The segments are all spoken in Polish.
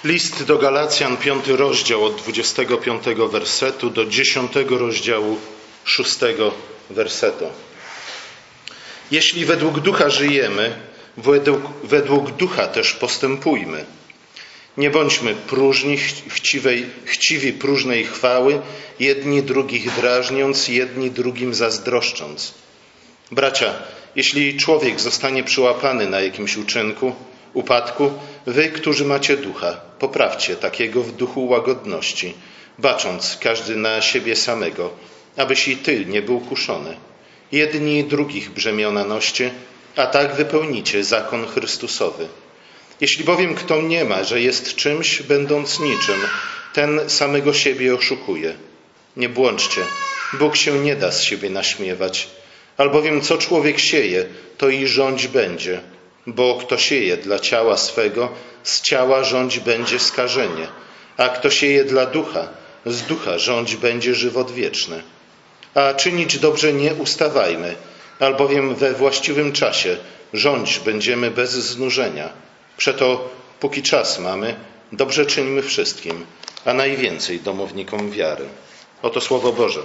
List do Galacjan, 5 rozdział od 25 wersetu do 10 rozdziału 6 wersetu. Jeśli według ducha żyjemy, według ducha też postępujmy. Nie bądźmy próżni, chciwi próżnej chwały, jedni drugich drażniąc, jedni drugim zazdroszcząc. Bracia, jeśli człowiek zostanie przyłapany na jakimś upadku, wy, którzy macie ducha, poprawcie takiego w duchu łagodności, bacząc każdy na siebie samego, abyś i ty nie był kuszony. Jedni drugich brzemiona noście, a tak wypełnicie zakon Chrystusowy. Jeśli bowiem kto mniema, że jest czymś, będąc niczym, ten samego siebie oszukuje. Nie błądźcie, Bóg się nie da z siebie naśmiewać, albowiem co człowiek sieje, to i rządź będzie. Bo kto sieje dla ciała swego, z ciała rządź będzie skażenie, a kto sieje dla ducha, z ducha rządź będzie żywot wieczny. A czynić dobrze nie ustawajmy, albowiem we właściwym czasie rządź będziemy bez znużenia. Przeto, póki czas mamy, dobrze czyńmy wszystkim, a najwięcej domownikom wiary. Oto Słowo Boże.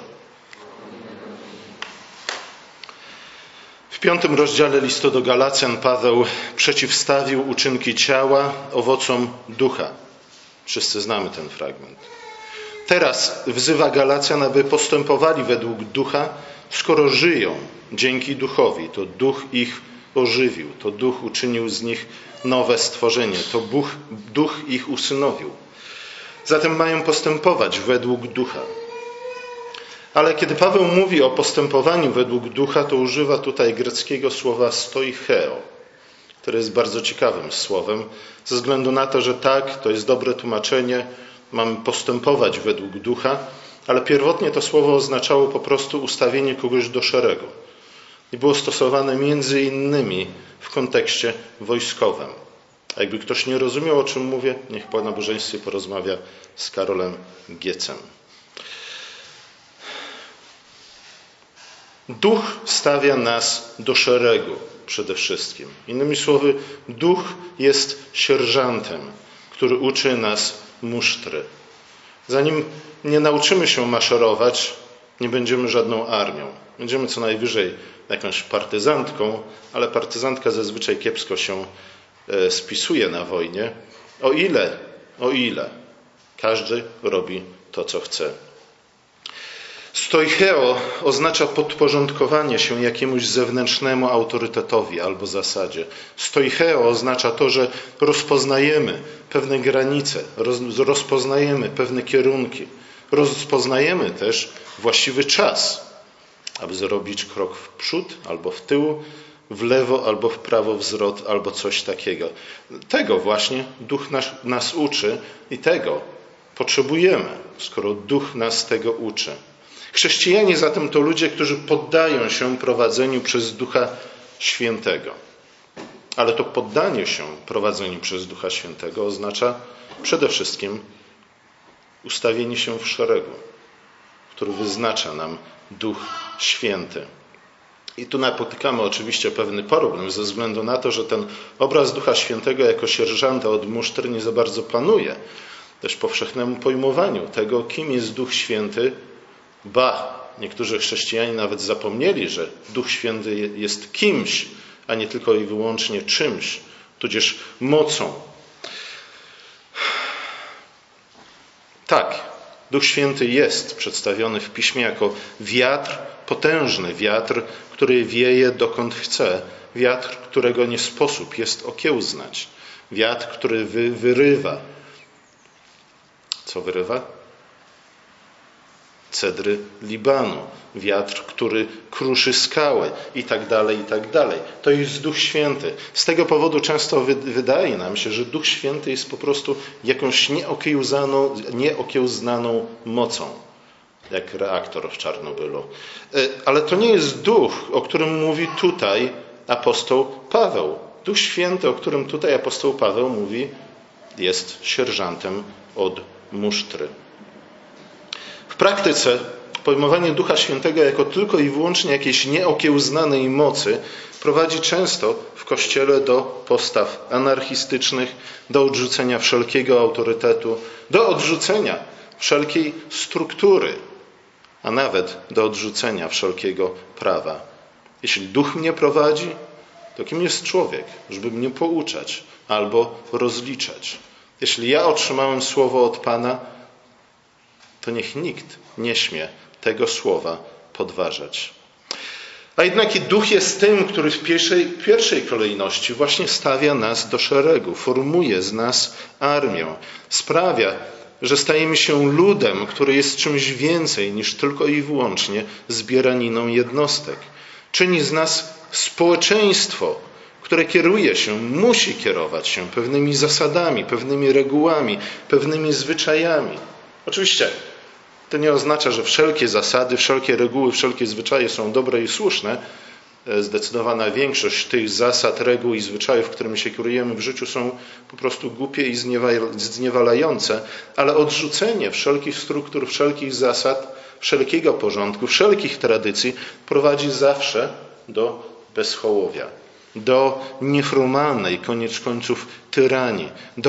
W 5 rozdziale listu do Galacjan Paweł przeciwstawił uczynki ciała owocom ducha. Wszyscy znamy ten fragment. Teraz wzywa Galacjan, aby postępowali według ducha, skoro żyją dzięki duchowi. To duch ich ożywił, to duch uczynił z nich nowe stworzenie, to duch ich usynowił. Zatem mają postępować według ducha. Ale kiedy Paweł mówi o postępowaniu według ducha, to używa tutaj greckiego słowa stoicheo, które jest bardzo ciekawym słowem, ze względu na to, że tak, to jest dobre tłumaczenie, mamy postępować według ducha, ale pierwotnie to słowo oznaczało po prostu ustawienie kogoś do szeregu. I było stosowane między innymi w kontekście wojskowym. A jakby ktoś nie rozumiał, o czym mówię, niech po nabożeństwie porozmawia z Karolem Giecem. Duch stawia nas do szeregu przede wszystkim. Innymi słowy, duch jest sierżantem, który uczy nas musztry. Zanim nie nauczymy się maszerować, nie będziemy żadną armią. Będziemy co najwyżej jakąś partyzantką, ale partyzantka zazwyczaj kiepsko się spisuje na wojnie, o ile każdy robi to, co chce. Stoicheo oznacza podporządkowanie się jakiemuś zewnętrznemu autorytetowi albo zasadzie. Stoicheo oznacza to, że rozpoznajemy pewne granice, rozpoznajemy pewne kierunki, rozpoznajemy też właściwy czas, aby zrobić krok w przód albo w tył, w lewo albo w prawo wzrot albo coś takiego. Tego właśnie duch nas uczy i tego potrzebujemy, skoro duch nas tego uczy. Chrześcijanie zatem to ludzie, którzy poddają się prowadzeniu przez Ducha Świętego. Ale to poddanie się prowadzeniu przez Ducha Świętego oznacza przede wszystkim ustawienie się w szeregu, który wyznacza nam Duch Święty. I tu napotykamy oczywiście pewny problem, ze względu na to, że ten obraz Ducha Świętego jako sierżanta od musztry nie za bardzo panuje też powszechnemu pojmowaniu tego, kim jest Duch Święty. Niektórzy chrześcijanie nawet zapomnieli, że Duch Święty jest kimś, a nie tylko i wyłącznie czymś, tudzież mocą. Tak, Duch Święty jest przedstawiony w Piśmie jako wiatr, potężny wiatr, który wieje dokąd chce, wiatr, którego nie sposób jest okiełznać, wiatr, który wyrywa. Co wyrywa? Cedry Libanu, wiatr, który kruszy skałę i tak dalej, i tak dalej. To jest Duch Święty. Z tego powodu często wydaje nam się, że Duch Święty jest po prostu jakąś nieokiełznaną mocą, jak reaktor w Czarnobylu. Ale to nie jest Duch, o którym mówi tutaj apostoł Paweł. Duch Święty, o którym tutaj apostoł Paweł mówi, jest sierżantem od musztry. W praktyce pojmowanie Ducha Świętego jako tylko i wyłącznie jakiejś nieokiełznanej mocy prowadzi często w Kościele do postaw anarchistycznych, do odrzucenia wszelkiego autorytetu, do odrzucenia wszelkiej struktury, a nawet do odrzucenia wszelkiego prawa. Jeśli Duch mnie prowadzi, to kim jest człowiek, żeby mnie pouczać albo rozliczać? Jeśli ja otrzymałem słowo od Pana, to niech nikt nie śmie tego słowa podważać. A jednak i Duch jest tym, który w pierwszej kolejności właśnie stawia nas do szeregu, formuje z nas armię, sprawia, że stajemy się ludem, który jest czymś więcej niż tylko i wyłącznie zbieraniną jednostek. Czyni z nas społeczeństwo, które kieruje się, musi kierować się pewnymi zasadami, pewnymi regułami, pewnymi zwyczajami. Oczywiście to nie oznacza, że wszelkie zasady, wszelkie reguły, wszelkie zwyczaje są dobre i słuszne. Zdecydowana większość tych zasad, reguł i zwyczajów, którymi się kierujemy w życiu, są po prostu głupie i zniewalające, ale odrzucenie wszelkich struktur, wszelkich zasad, wszelkiego porządku, wszelkich tradycji prowadzi zawsze do bezhołowia, do nieformalnej, koniec końców, tyranii,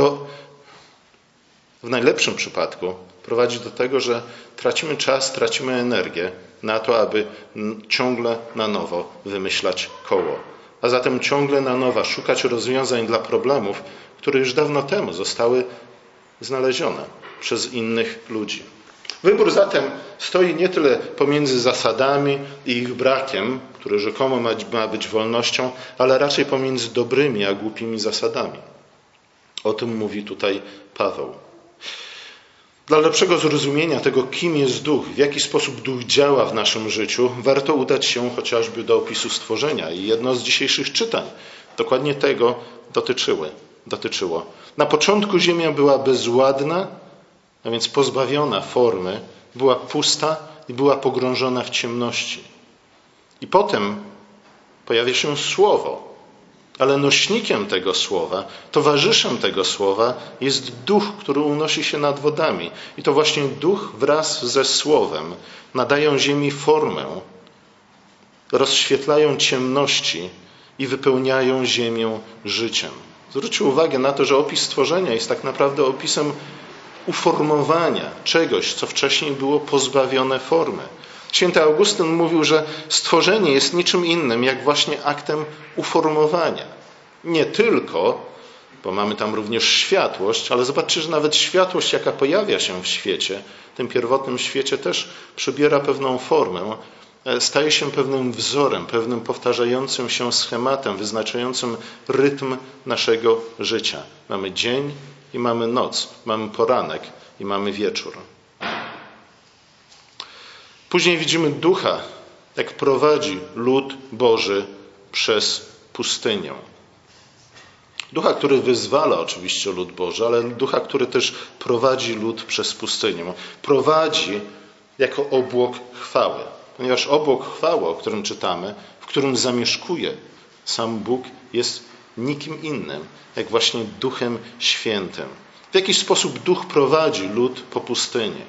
w najlepszym przypadku prowadzi do tego, że tracimy czas, tracimy energię na to, aby ciągle na nowo wymyślać koło. A zatem ciągle na nowo szukać rozwiązań dla problemów, które już dawno temu zostały znalezione przez innych ludzi. Wybór zatem stoi nie tyle pomiędzy zasadami i ich brakiem, który rzekomo ma być wolnością, ale raczej pomiędzy dobrymi a głupimi zasadami. O tym mówi tutaj Paweł. Dla lepszego zrozumienia tego, kim jest Duch, w jaki sposób Duch działa w naszym życiu, warto udać się chociażby do opisu stworzenia. I jedno z dzisiejszych czytań dokładnie tego dotyczyło. Na początku ziemia była bezładna, a więc pozbawiona formy, była pusta i była pogrążona w ciemności. I potem pojawia się Słowo, ale nośnikiem tego Słowa, towarzyszem tego Słowa jest Duch, który unosi się nad wodami. I to właśnie Duch wraz ze Słowem nadają ziemi formę, rozświetlają ciemności i wypełniają ziemię życiem. Zwróćcie uwagę na to, że opis stworzenia jest tak naprawdę opisem uformowania czegoś, co wcześniej było pozbawione formy. Święty Augustyn mówił, że stworzenie jest niczym innym, jak właśnie aktem uformowania. Nie tylko, bo mamy tam również światłość, ale zobaczcie, że nawet światłość, jaka pojawia się w świecie, w tym pierwotnym świecie też przybiera pewną formę, staje się pewnym wzorem, pewnym powtarzającym się schematem, wyznaczającym rytm naszego życia. Mamy dzień i mamy noc, mamy poranek i mamy wieczór. Później widzimy Ducha, jak prowadzi lud Boży przez pustynię. Ducha, który wyzwala oczywiście lud Boży, ale Ducha, który też prowadzi lud przez pustynię. Prowadzi jako obłok chwały. Ponieważ obłok chwały, o którym czytamy, w którym zamieszkuje sam Bóg, jest nikim innym, jak właśnie Duchem Świętym. W jaki sposób Duch prowadzi lud po pustyni?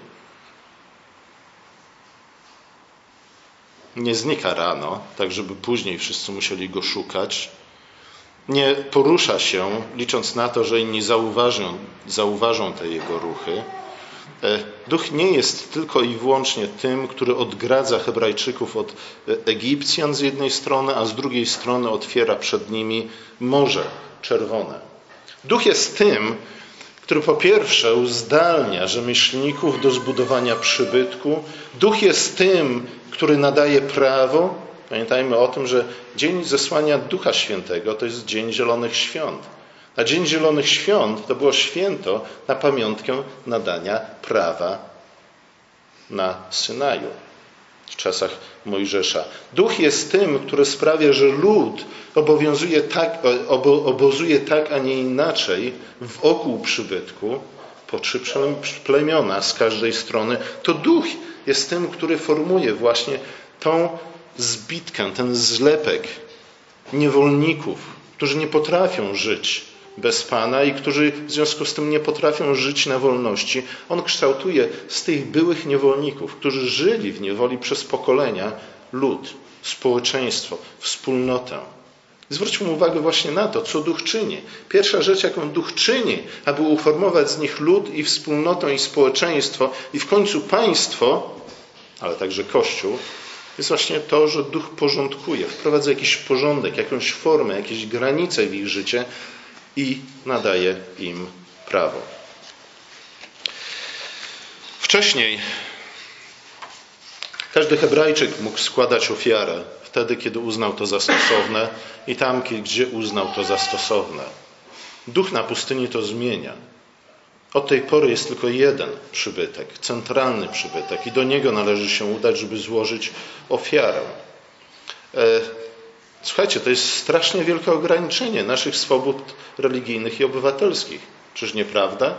Nie znika rano, tak żeby później wszyscy musieli go szukać. Nie porusza się, licząc na to, że inni zauważą te jego ruchy. Duch nie jest tylko i wyłącznie tym, który odgradza Hebrajczyków od Egipcjan z jednej strony, a z drugiej strony otwiera przed nimi Morze Czerwone. Duch jest tym, który po pierwsze uzdalnia rzemieślników do zbudowania przybytku. Duch jest tym, który nadaje prawo. Pamiętajmy o tym, że dzień zesłania Ducha Świętego to jest Dzień Zielonych Świąt. A Dzień Zielonych Świąt to było święto na pamiątkę nadania prawa na Synaju w czasach Mojżesza. Duch jest tym, który sprawia, że lud obozuje tak, a nie inaczej wokół przybytku, po 3 plemiona z każdej strony. To Duch jest tym, który formuje właśnie tą zbitkę, ten zlepek niewolników, którzy nie potrafią żyć bez Pana i którzy w związku z tym nie potrafią żyć na wolności. On kształtuje z tych byłych niewolników, którzy żyli w niewoli przez pokolenia, lud, społeczeństwo, wspólnotę. Zwróćmy uwagę właśnie na to, co Duch czyni. Pierwsza rzecz, jaką Duch czyni, aby uformować z nich lud i wspólnotę i społeczeństwo i w końcu państwo, ale także Kościół, jest właśnie to, że Duch porządkuje, wprowadza jakiś porządek, jakąś formę, jakieś granice w ich życie i nadaje im prawo. Wcześniej każdy Hebrajczyk mógł składać ofiarę wtedy, kiedy uznał to za stosowne i tam, gdzie uznał to za stosowne. Duch na pustyni to zmienia. Od tej pory jest tylko jeden przybytek, centralny przybytek i do niego należy się udać, żeby złożyć ofiarę. Słuchajcie, to jest strasznie wielkie ograniczenie naszych swobód religijnych i obywatelskich. Czyż nieprawda?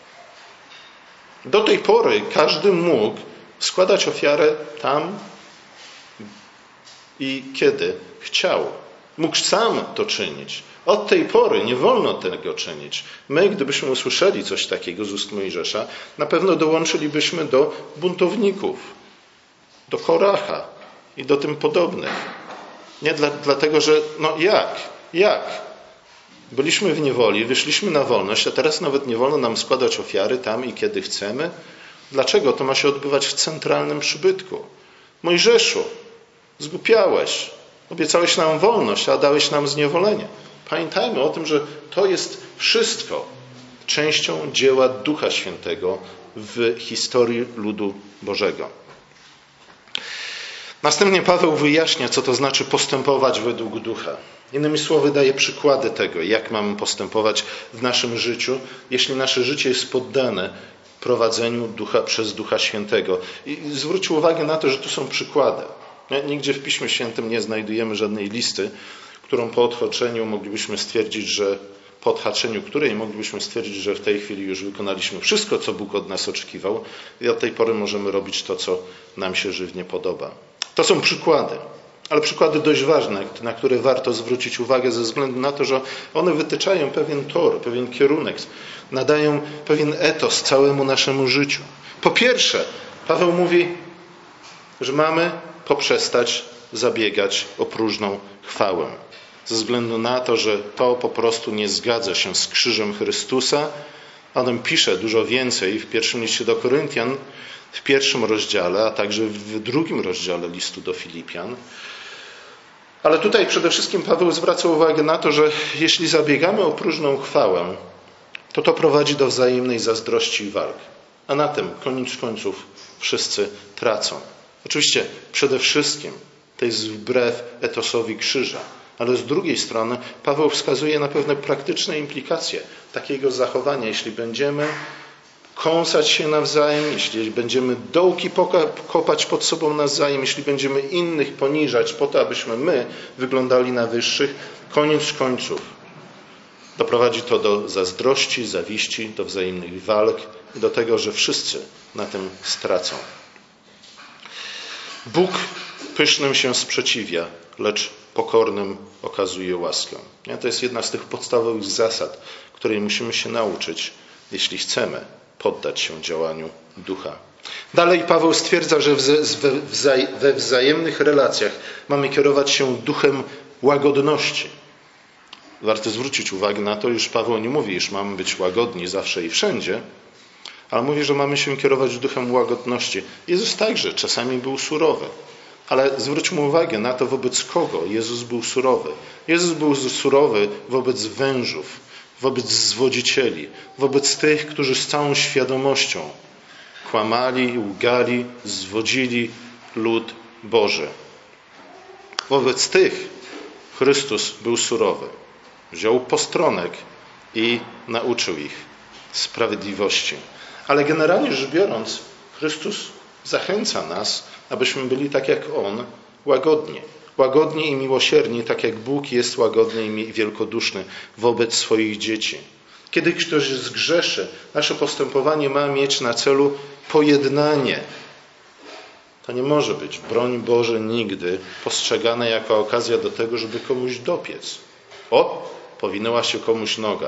Do tej pory każdy mógł składać ofiarę tam i kiedy chciał. Mógł sam to czynić. Od tej pory nie wolno tego czynić. My, gdybyśmy usłyszeli coś takiego z ust Mojżesza, na pewno dołączylibyśmy do buntowników, do Koracha i do tym podobnych. Nie dlatego, że jak? Byliśmy w niewoli, wyszliśmy na wolność, a teraz nawet nie wolno nam składać ofiary tam i kiedy chcemy? Dlaczego? To ma się odbywać w centralnym przybytku. Mojżeszu, zgłupiałeś, obiecałeś nam wolność, a dałeś nam zniewolenie. Pamiętajmy o tym, że to jest wszystko częścią dzieła Ducha Świętego w historii ludu Bożego. Następnie Paweł wyjaśnia, co to znaczy postępować według Ducha. Innymi słowy, daje przykłady tego, jak mamy postępować w naszym życiu, jeśli nasze życie jest poddane prowadzeniu Ducha przez Ducha Świętego. I zwróć uwagę na to, że tu są przykłady. Nigdzie w Piśmie Świętym nie znajdujemy żadnej listy, którą po odhaczeniu moglibyśmy stwierdzić, że w tej chwili już wykonaliśmy wszystko, co Bóg od nas oczekiwał i od tej pory możemy robić to, co nam się żywnie podoba. To są przykłady, ale przykłady dość ważne, na które warto zwrócić uwagę ze względu na to, że one wytyczają pewien tor, pewien kierunek, nadają pewien etos całemu naszemu życiu. Po pierwsze, Paweł mówi, że mamy poprzestać zabiegać o próżną chwałę. Ze względu na to, że to po prostu nie zgadza się z krzyżem Chrystusa. On pisze dużo więcej w pierwszym liście do Koryntian, w 1 rozdziale, a także w 2 rozdziale listu do Filipian. Ale tutaj przede wszystkim Paweł zwraca uwagę na to, że jeśli zabiegamy o próżną chwałę, to prowadzi do wzajemnej zazdrości i walk. A na tym, koniec końców, wszyscy tracą. Oczywiście przede wszystkim to jest wbrew etosowi krzyża. Ale z drugiej strony Paweł wskazuje na pewne praktyczne implikacje takiego zachowania. Jeśli będziemy kąsać się nawzajem, jeśli będziemy dołki kopać pod sobą nawzajem, jeśli będziemy innych poniżać po to, abyśmy my wyglądali na wyższych, koniec końców doprowadzi to do zazdrości, zawiści, do wzajemnych walk i do tego, że wszyscy na tym stracą. Bóg pysznym się sprzeciwia, lecz pokornym okazuje łaskę. To jest jedna z tych podstawowych zasad, której musimy się nauczyć, jeśli chcemy poddać się działaniu Ducha. Dalej Paweł stwierdza, że we wzajemnych relacjach mamy kierować się duchem łagodności. Warto zwrócić uwagę na to, iż Paweł nie mówi, iż mamy być łagodni zawsze i wszędzie, ale mówi, że mamy się kierować duchem łagodności. Jezus także czasami był surowy. Ale zwróćmy uwagę na to, wobec kogo Jezus był surowy. Jezus był surowy wobec wężów, wobec zwodzicieli, wobec tych, którzy z całą świadomością kłamali, łgali, zwodzili lud Boży. Wobec tych Chrystus był surowy. Wziął postronek i nauczył ich sprawiedliwości. Ale generalnie rzecz biorąc, Chrystus zachęca nas, abyśmy byli tak jak On, łagodni i miłosierni, tak jak Bóg jest łagodny i wielkoduszny wobec swoich dzieci. Kiedy ktoś zgrzeszy, nasze postępowanie ma mieć na celu pojednanie. To nie może być, broń Boże, nigdy postrzegane jako okazja do tego, żeby komuś dopiec. Powinęła się komuś noga.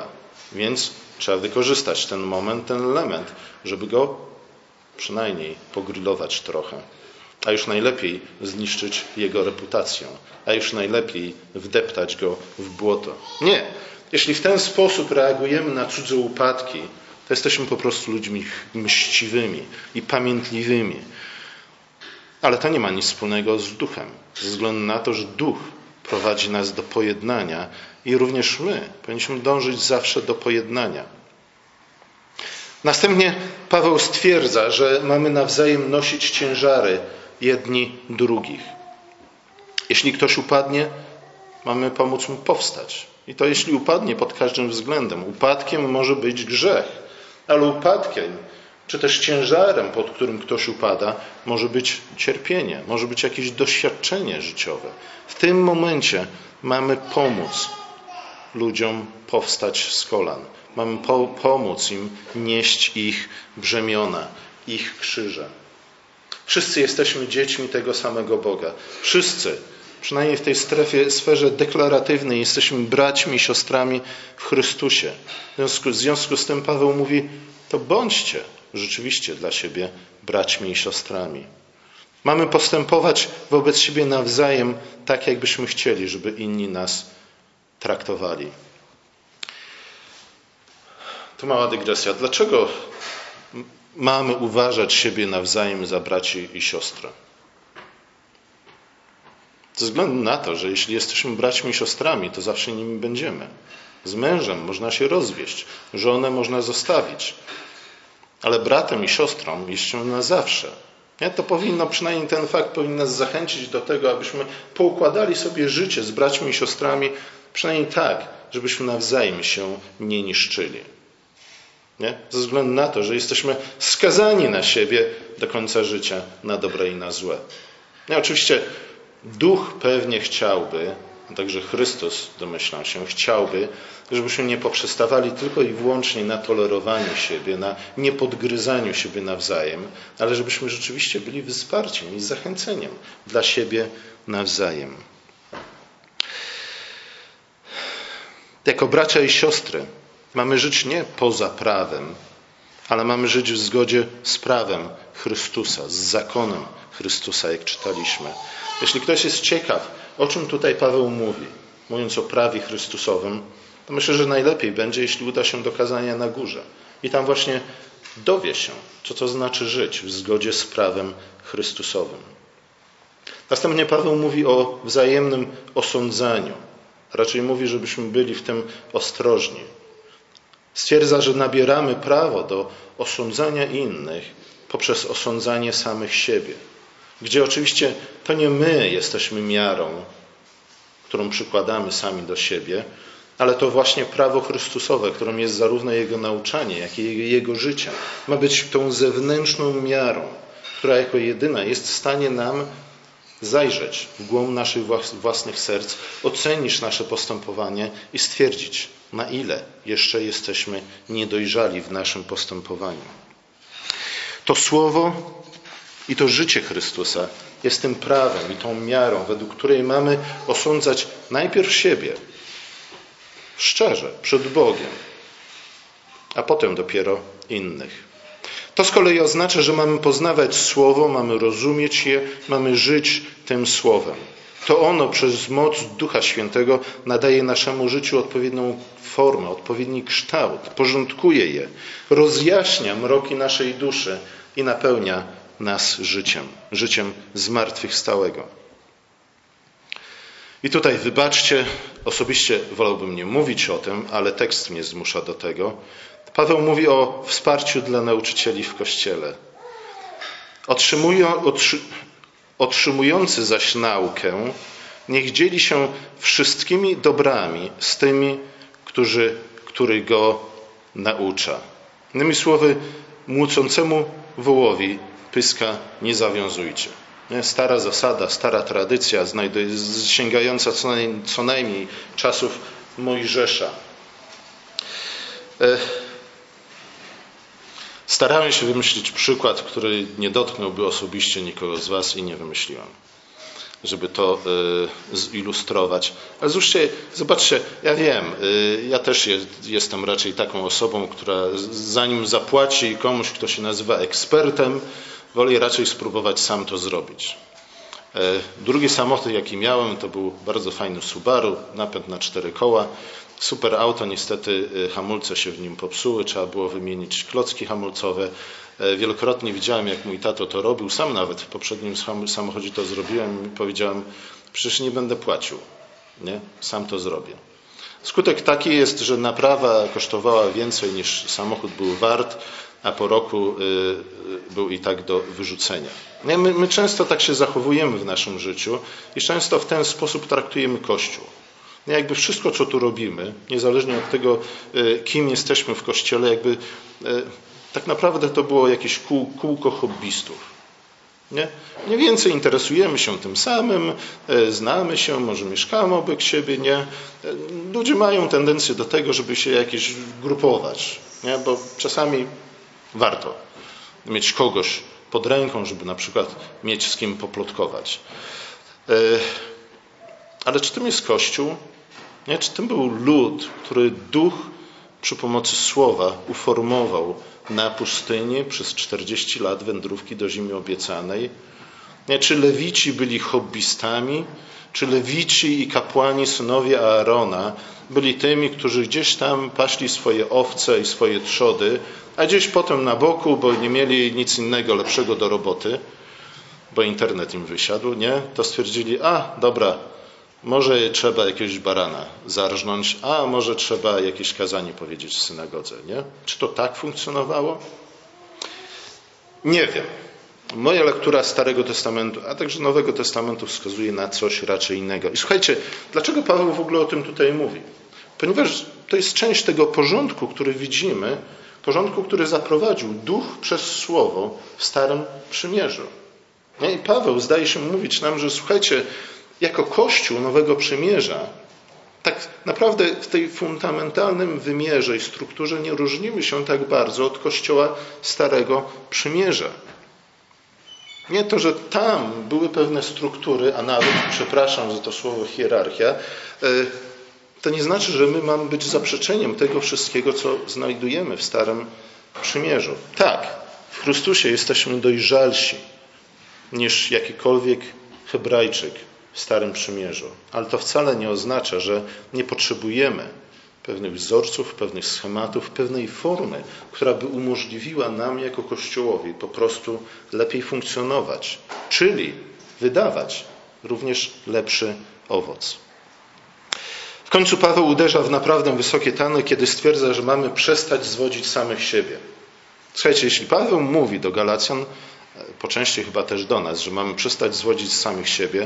Więc trzeba wykorzystać ten moment, ten element, żeby go przynajmniej pogrillować trochę. A już najlepiej zniszczyć jego reputację. A już najlepiej wdeptać go w błoto. Nie. Jeśli w ten sposób reagujemy na cudze upadki, to jesteśmy po prostu ludźmi mściwymi i pamiętliwymi. Ale to nie ma nic wspólnego z duchem. Ze względu na to, że duch prowadzi nas do pojednania i również my powinniśmy dążyć zawsze do pojednania. Następnie Paweł stwierdza, że mamy nawzajem nosić ciężary jedni drugich. Jeśli ktoś upadnie, mamy pomóc mu powstać. I to jeśli upadnie pod każdym względem. Upadkiem może być grzech, ale upadkiem, czy też ciężarem, pod którym ktoś upada, może być cierpienie, może być jakieś doświadczenie życiowe. W tym momencie mamy pomóc ludziom powstać z kolan. Mamy pomóc im nieść ich brzemiona, ich krzyże. Wszyscy jesteśmy dziećmi tego samego Boga. Wszyscy, przynajmniej w tej sferze deklaratywnej, jesteśmy braćmi i siostrami w Chrystusie. W związku z tym Paweł mówi, to bądźcie rzeczywiście dla siebie braćmi i siostrami. Mamy postępować wobec siebie nawzajem tak, jakbyśmy chcieli, żeby inni nas traktowali. To mała dygresja. Dlaczego mamy uważać siebie nawzajem za braci i siostry? Ze względu na to, że jeśli jesteśmy braćmi i siostrami, to zawsze nimi będziemy. Z mężem można się rozwieść, żonę można zostawić, ale bratem i siostrą jest się na zawsze. Nie? To powinno, przynajmniej ten fakt powinien nas zachęcić do tego, abyśmy poukładali sobie życie z braćmi i siostrami, przynajmniej tak, żebyśmy nawzajem się nie niszczyli. Nie? Ze względu na to, że jesteśmy skazani na siebie do końca życia, na dobre i na złe. Nie? Oczywiście Duch pewnie chciałby, a także Chrystus, domyślam się, chciałby, żebyśmy nie poprzestawali tylko i wyłącznie na tolerowaniu siebie, na niepodgryzaniu siebie nawzajem, ale żebyśmy rzeczywiście byli wsparciem i zachęceniem dla siebie nawzajem. Jako bracia i siostry mamy żyć nie poza prawem, ale mamy żyć w zgodzie z prawem Chrystusa, z zakonem Chrystusa, jak czytaliśmy. Jeśli ktoś jest ciekaw, o czym tutaj Paweł mówi, mówiąc o prawie Chrystusowym, to myślę, że najlepiej będzie, jeśli uda się do kazania na górze. I tam właśnie dowie się, co to znaczy żyć w zgodzie z prawem Chrystusowym. Następnie Paweł mówi o wzajemnym osądzaniu. Raczej mówi, żebyśmy byli w tym ostrożni. Stwierdza, że nabieramy prawo do osądzania innych poprzez osądzanie samych siebie. Gdzie oczywiście to nie my jesteśmy miarą, którą przykładamy sami do siebie, ale to właśnie prawo Chrystusowe, którym jest zarówno Jego nauczanie, jak i Jego życie, ma być tą zewnętrzną miarą, która jako jedyna jest w stanie nam zajrzeć w głąb naszych własnych serc, ocenić nasze postępowanie i stwierdzić, na ile jeszcze jesteśmy niedojrzali w naszym postępowaniu. To słowo i to życie Chrystusa jest tym prawem i tą miarą, według której mamy osądzać najpierw siebie, szczerze, przed Bogiem, a potem dopiero innych. To z kolei oznacza, że mamy poznawać Słowo, mamy rozumieć je, mamy żyć tym Słowem. To ono przez moc Ducha Świętego nadaje naszemu życiu odpowiednią formę, odpowiedni kształt, porządkuje je, rozjaśnia mroki naszej duszy i napełnia nas życiem zmartwychwstałego. I tutaj wybaczcie, osobiście wolałbym nie mówić o tym, ale tekst mnie zmusza do tego. Paweł mówi o wsparciu dla nauczycieli w Kościele. Otrzymujący zaś naukę, niech dzieli się wszystkimi dobrami z tymi, który go naucza. Innymi słowy, młócącemu wołowi pyska nie zawiązujcie. Stara zasada, stara tradycja, sięgająca co najmniej czasów Mojżesza. Starałem się wymyślić przykład, który nie dotknąłby osobiście nikogo z was i nie wymyśliłem. żeby to zilustrować. Ale zobaczcie, ja wiem, ja też jestem raczej taką osobą, która zanim zapłaci komuś, kto się nazywa ekspertem, woli raczej spróbować sam to zrobić. Drugi samochód, jaki miałem, to był bardzo fajny Subaru, napęd na 4 koła. Super auto, niestety hamulce się w nim popsuły, trzeba było wymienić klocki hamulcowe. Wielokrotnie widziałem, jak mój tato to robił, sam nawet w poprzednim samochodzie to zrobiłem i powiedziałem, przecież nie będę płacił, nie? Sam to zrobię. Skutek taki jest, że naprawa kosztowała więcej niż samochód był wart, a po roku był i tak do wyrzucenia. My często tak się zachowujemy w naszym życiu i często w ten sposób traktujemy Kościół. Jakby wszystko, co tu robimy, niezależnie od tego, kim jesteśmy w Kościele, jakby tak naprawdę to było jakieś kółko hobbystów. Nie? Mniej więcej interesujemy się tym samym, znamy się, może mieszkamy obok siebie, nie? Ludzie mają tendencję do tego, żeby się jakieś grupować, nie? Bo czasami warto mieć kogoś pod ręką, żeby na przykład mieć z kim poplotkować. Ale czy tym jest Kościół? Nie? Czy tym był lud, który Duch przy pomocy słowa uformował na pustyni przez 40 lat wędrówki do ziemi obiecanej? Nie? Czy Lewici byli hobbystami? Czy Lewici i kapłani, synowie Aarona, byli tymi, którzy gdzieś tam paśli swoje owce i swoje trzody, a gdzieś potem na boku, bo nie mieli nic innego lepszego do roboty, bo internet im wysiadł, nie? To stwierdzili, dobra, może trzeba jakiegoś barana zarżnąć, a może trzeba jakieś kazanie powiedzieć w synagodze, nie? Czy to tak funkcjonowało? Nie wiem. Moja lektura Starego Testamentu, a także Nowego Testamentu wskazuje na coś raczej innego. I słuchajcie, dlaczego Paweł w ogóle o tym tutaj mówi? Ponieważ to jest część tego porządku, który widzimy, porządku, który zaprowadził Duch przez Słowo w Starym Przymierzu. I Paweł zdaje się mówić nam, że słuchajcie, jako Kościół Nowego Przymierza, tak naprawdę w tej fundamentalnym wymiarze i strukturze nie różnimy się tak bardzo od Kościoła Starego Przymierza. Nie to, że tam były pewne struktury, a nawet, przepraszam za to słowo hierarchia, to nie znaczy, że my mamy być zaprzeczeniem tego wszystkiego, co znajdujemy w Starym Przymierzu. Tak, w Chrystusie jesteśmy dojrzalsi niż jakikolwiek Hebrajczyk w Starym Przymierzu. Ale to wcale nie oznacza, że nie potrzebujemy pewnych wzorców, pewnych schematów, pewnej formy, która by umożliwiła nam jako Kościołowi po prostu lepiej funkcjonować, czyli wydawać również lepszy owoc. W końcu Paweł uderza w naprawdę wysokie tony, kiedy stwierdza, że mamy przestać zwodzić samych siebie. Słuchajcie, jeśli Paweł mówi do Galacjan, po części chyba też do nas, że mamy przestać zwodzić samych siebie,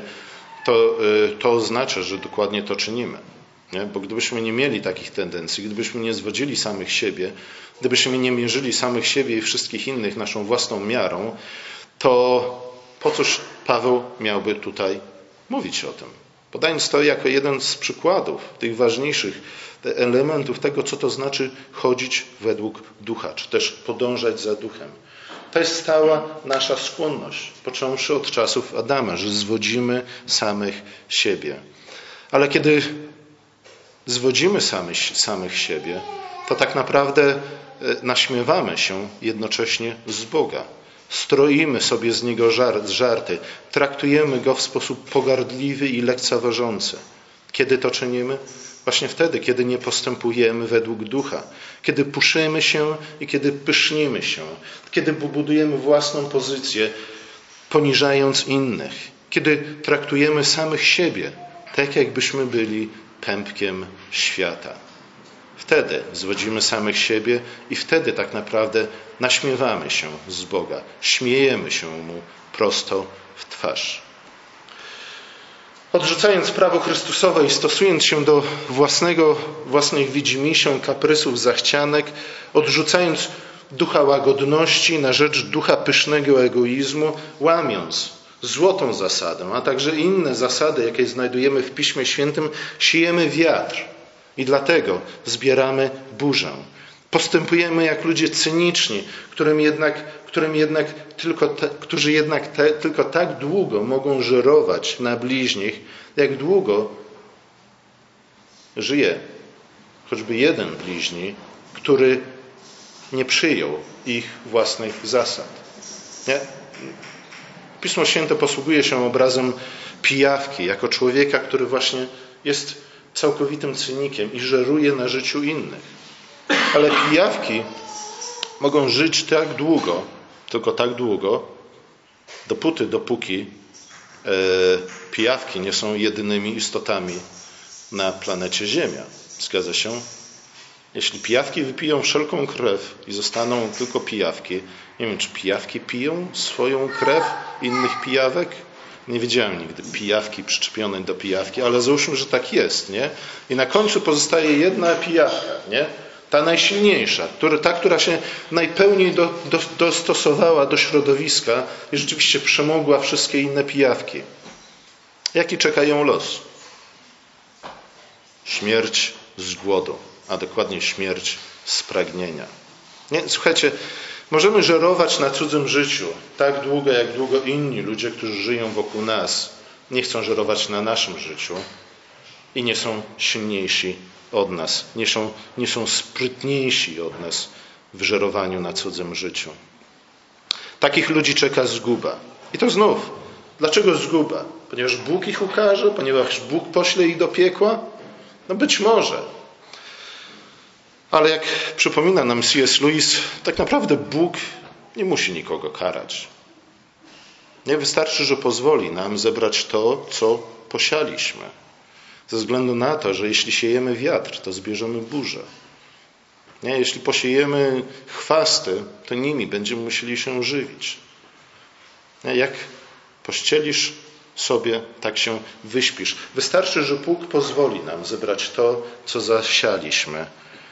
to oznacza, że dokładnie to czynimy. Nie? Bo gdybyśmy nie mieli takich tendencji, gdybyśmy nie zwodzili samych siebie, gdybyśmy nie mierzyli samych siebie i wszystkich innych naszą własną miarą, to po cóż Paweł miałby tutaj mówić o tym? Podając to jako jeden z przykładów tych ważniejszych elementów tego, co to znaczy chodzić według Ducha, czy też podążać za Duchem. To jest stała nasza skłonność, począwszy od czasów Adama, że zwodzimy samych siebie. Ale kiedy zwodzimy samych siebie, to tak naprawdę naśmiewamy się jednocześnie z Boga. Stroimy sobie z Niego żarty, traktujemy Go w sposób pogardliwy i lekceważący. Kiedy to czynimy? Właśnie wtedy, kiedy nie postępujemy według Ducha, kiedy puszymy się i kiedy pysznimy się, kiedy budujemy własną pozycję, poniżając innych, kiedy traktujemy samych siebie tak, jakbyśmy byli pępkiem świata. Wtedy zwodzimy samych siebie i wtedy tak naprawdę naśmiewamy się z Boga, śmiejemy się Mu prosto w twarz. Odrzucając prawo Chrystusowe i stosując się do własnych widzimisię, kaprysów, zachcianek, odrzucając ducha łagodności na rzecz ducha pysznego egoizmu, łamiąc złotą zasadę, a także inne zasady, jakie znajdujemy w Piśmie Świętym, siejemy wiatr i dlatego zbieramy burzę. Postępujemy jak ludzie cyniczni, którzy jednak tylko tak długo mogą żerować na bliźnich, jak długo żyje choćby jeden bliźni, który nie przyjął ich własnych zasad. Nie? Pismo Święte posługuje się obrazem pijawki, jako człowieka, który właśnie jest całkowitym cynikiem i żeruje na życiu innych. Ale pijawki mogą żyć tak długo, tylko tak długo, dopóki pijawki nie są jedynymi istotami na planecie Ziemia. Zgadza się? Jeśli pijawki wypiją wszelką krew i zostaną tylko pijawki, nie wiem, czy pijawki piją swoją krew innych pijawek? Nie widziałem nigdy pijawki przyczepionej do pijawki, ale załóżmy, że tak jest, nie? I na końcu pozostaje jedna pijawka, nie? Ta najsilniejsza, która się najpełniej dostosowała do środowiska i rzeczywiście przemogła wszystkie inne pijawki. Jaki czeka ją los? Śmierć z głodu, a dokładnie śmierć z pragnienia. Nie? Słuchajcie, możemy żerować na cudzym życiu tak długo, jak długo inni ludzie, którzy żyją wokół nas, nie chcą żerować na naszym życiu i nie są silniejsi od nas, nie są sprytniejsi od nas w żerowaniu na cudzym życiu. Takich ludzi czeka zguba. I to znów, dlaczego zguba? Ponieważ Bóg ich ukarze? Ponieważ Bóg pośle ich do piekła? No być może. Ale jak przypomina nam C.S. Lewis, tak naprawdę Bóg nie musi nikogo karać. Nie wystarczy, że pozwoli nam zebrać to, co posialiśmy. Ze względu na to, że jeśli siejemy wiatr, to zbierzemy burzę. Nie? Jeśli posiejemy chwasty, to nimi będziemy musieli się żywić. Nie? Jak pościelisz sobie, tak się wyśpisz. Wystarczy, że Bóg pozwoli nam zebrać to, co zasialiśmy.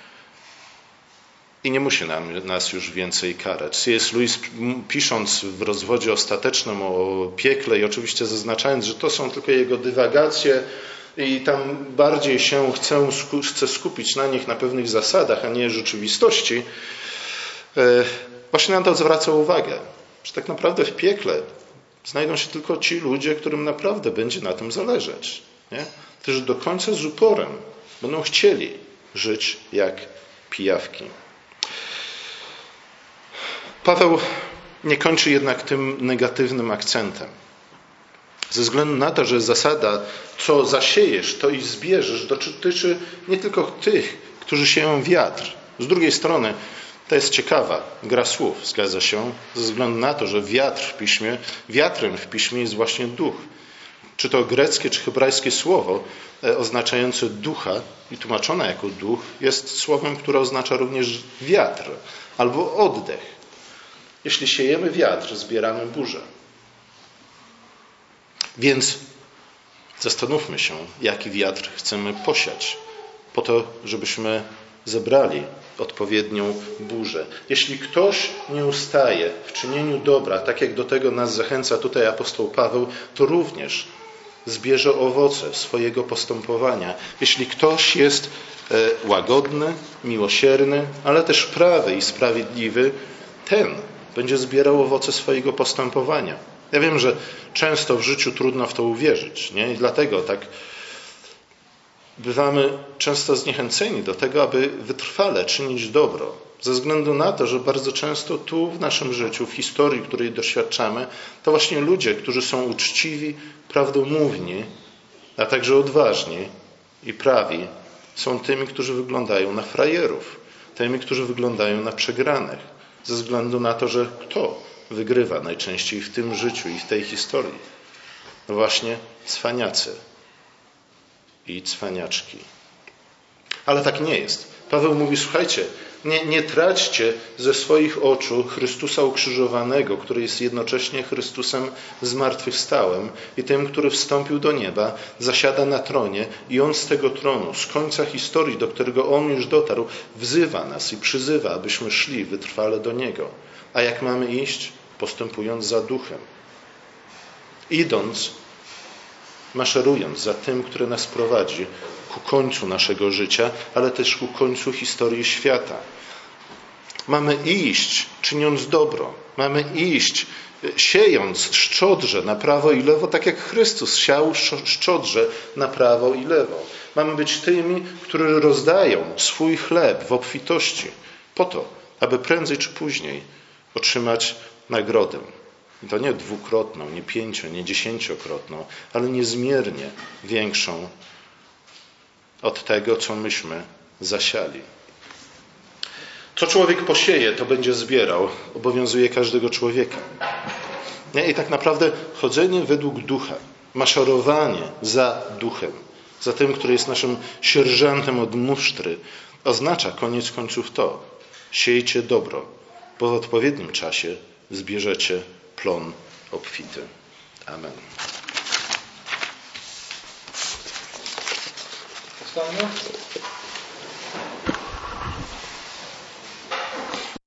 I nie musi nas już więcej karać. C.S. Lewis, pisząc w rozwodzie ostatecznym o piekle i oczywiście zaznaczając, że to są tylko jego dywagacje i tam bardziej się chce skupić na nich, na pewnych zasadach, a nie rzeczywistości, właśnie na to zwraca uwagę, że tak naprawdę w piekle znajdą się tylko ci ludzie, którym naprawdę będzie na tym zależeć. Nie? Którzy do końca z uporem będą chcieli żyć jak pijawki. Paweł nie kończy jednak tym negatywnym akcentem. Ze względu na to, że zasada, co zasiejesz, to i zbierzesz, dotyczy nie tylko tych, którzy sieją wiatr. Z drugiej strony, to jest ciekawa gra słów, zgadza się, ze względu na to, że wiatrem w piśmie jest właśnie duch. Czy to greckie, czy hebrajskie słowo oznaczające ducha i tłumaczone jako duch jest słowem, które oznacza również wiatr albo oddech. Jeśli siejemy wiatr, zbieramy burzę. Więc zastanówmy się, jaki wiatr chcemy posiać, po to, żebyśmy zebrali odpowiednią burzę. Jeśli ktoś nie ustaje w czynieniu dobra, tak jak do tego nas zachęca tutaj apostoł Paweł, to również zbierze owoce swojego postępowania. Jeśli ktoś jest łagodny, miłosierny, ale też prawy i sprawiedliwy, ten będzie zbierał owoce swojego postępowania. Ja wiem, że często w życiu trudno w to uwierzyć, nie? I dlatego tak bywamy często zniechęceni do tego, aby wytrwale czynić dobro. Ze względu na to, że bardzo często tu w naszym życiu, w historii, której doświadczamy, to właśnie ludzie, którzy są uczciwi, prawdomówni, a także odważni i prawi, są tymi, którzy wyglądają na frajerów, tymi, którzy wyglądają na przegranych. Ze względu na to, że kto wygrywa najczęściej w tym życiu i w tej historii? No właśnie cwaniacy i cwaniaczki. Ale tak nie jest. Paweł mówi, słuchajcie, nie traćcie ze swoich oczu Chrystusa ukrzyżowanego, który jest jednocześnie Chrystusem zmartwychwstałym i tym, który wstąpił do nieba, zasiada na tronie i On z tego tronu, z końca historii, do którego On już dotarł, wzywa nas i przyzywa, abyśmy szli wytrwale do Niego. A jak mamy iść? Postępując za duchem. Idąc, maszerując za tym, który nas prowadzi ku końcu naszego życia, ale też ku końcu historii świata. Mamy iść, czyniąc dobro. Mamy iść, siejąc szczodrze na prawo i lewo, tak jak Chrystus siał szczodrze na prawo i lewo. Mamy być tymi, którzy rozdają swój chleb w obfitości, po to, aby prędzej czy później otrzymać nagrodę. I to nie dwukrotną, nie nie 10-krotną, ale niezmiernie większą od tego, co myśmy zasiali. Co człowiek posieje, to będzie zbierał. Obowiązuje każdego człowieka. I tak naprawdę chodzenie według ducha, maszerowanie za duchem, za tym, który jest naszym sierżantem od musztry, oznacza koniec końców to: siejcie dobro, bo w odpowiednim czasie zbierzecie plon obfity. Amen. Powstańmy.